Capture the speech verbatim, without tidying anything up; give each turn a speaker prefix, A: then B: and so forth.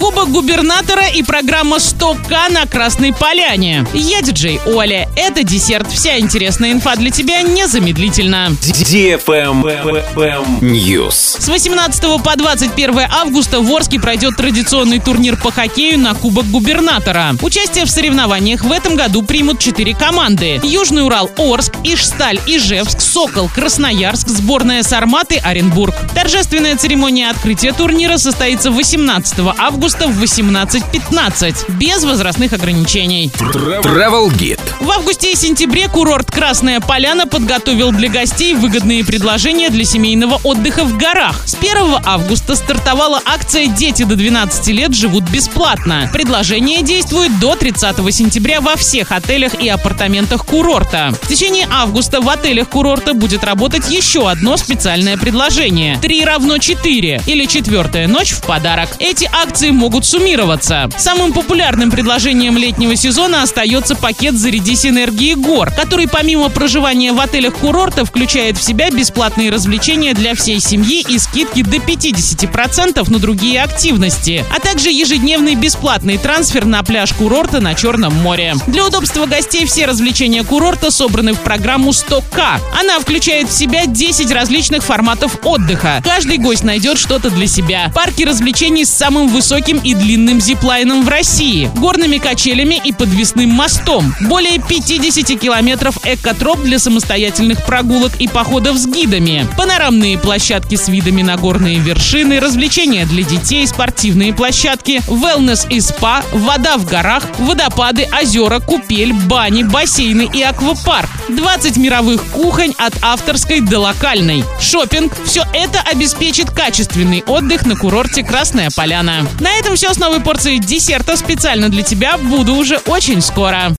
A: Кубок губернатора и программа сто ка на Красной Поляне. Я диджей Оля. Это десерт. Вся интересная инфа для тебя незамедлительно.
B: News.
A: С восемнадцатого по двадцать первое августа в Орске пройдет традиционный турнир по хоккею на Кубок губернатора. Участие в соревнованиях в этом году примут четыре команды: Южный Урал, Орск, Ижсталь, Ижевск, Сокол, Красноярск, сборная Сарматы, Оренбург. Торжественная церемония открытия турнира состоится восемнадцатого августа в восемнадцать пятнадцать, без возрастных ограничений.
B: Travel Guide.
A: В августе и сентябре курорт Красная Поляна подготовил для гостей выгодные предложения для семейного отдыха в горах. С первого августа стартовала акция «Дети до двенадцати лет живут бесплатно». Предложение действует до тридцатого сентября во всех отелях и апартаментах курорта. В течение августа в отелях курорта будет работать еще одно специальное предложение: три равно четыре или четвертая ночь в подарок. Эти акции могут суммироваться. Самым популярным предложением летнего сезона остается пакет «Зарядись энергией гор», который помимо проживания в отелях курорта включает в себя бесплатные развлечения для всей семьи и скидки до пятидесяти процентов на другие активности, а также ежедневный бесплатный трансфер на пляж курорта на Черном море. Для удобства гостей все развлечения курорта собраны в программу сто ка. Она включает в себя десять различных форматов отдыха. Каждый гость найдет что-то для себя. Парки развлечений с самым высоким и длинным зиплайном в России, горными качелями и подвесным мостом, более пятидесяти километров экотроп для самостоятельных прогулок и походов с гидами, панорамные площадки с видами на горные вершины, развлечения для детей, спортивные площадки, wellness и спа, вода в горах, водопады, озера, купель, бани, бассейны и аквапарк, двадцать мировых кухонь от авторской до локальной, шопинг. Все это обеспечит качественный отдых на курорте Красная Поляна. На этом все с новой порцией десерта специально для тебя. Буду уже очень скоро.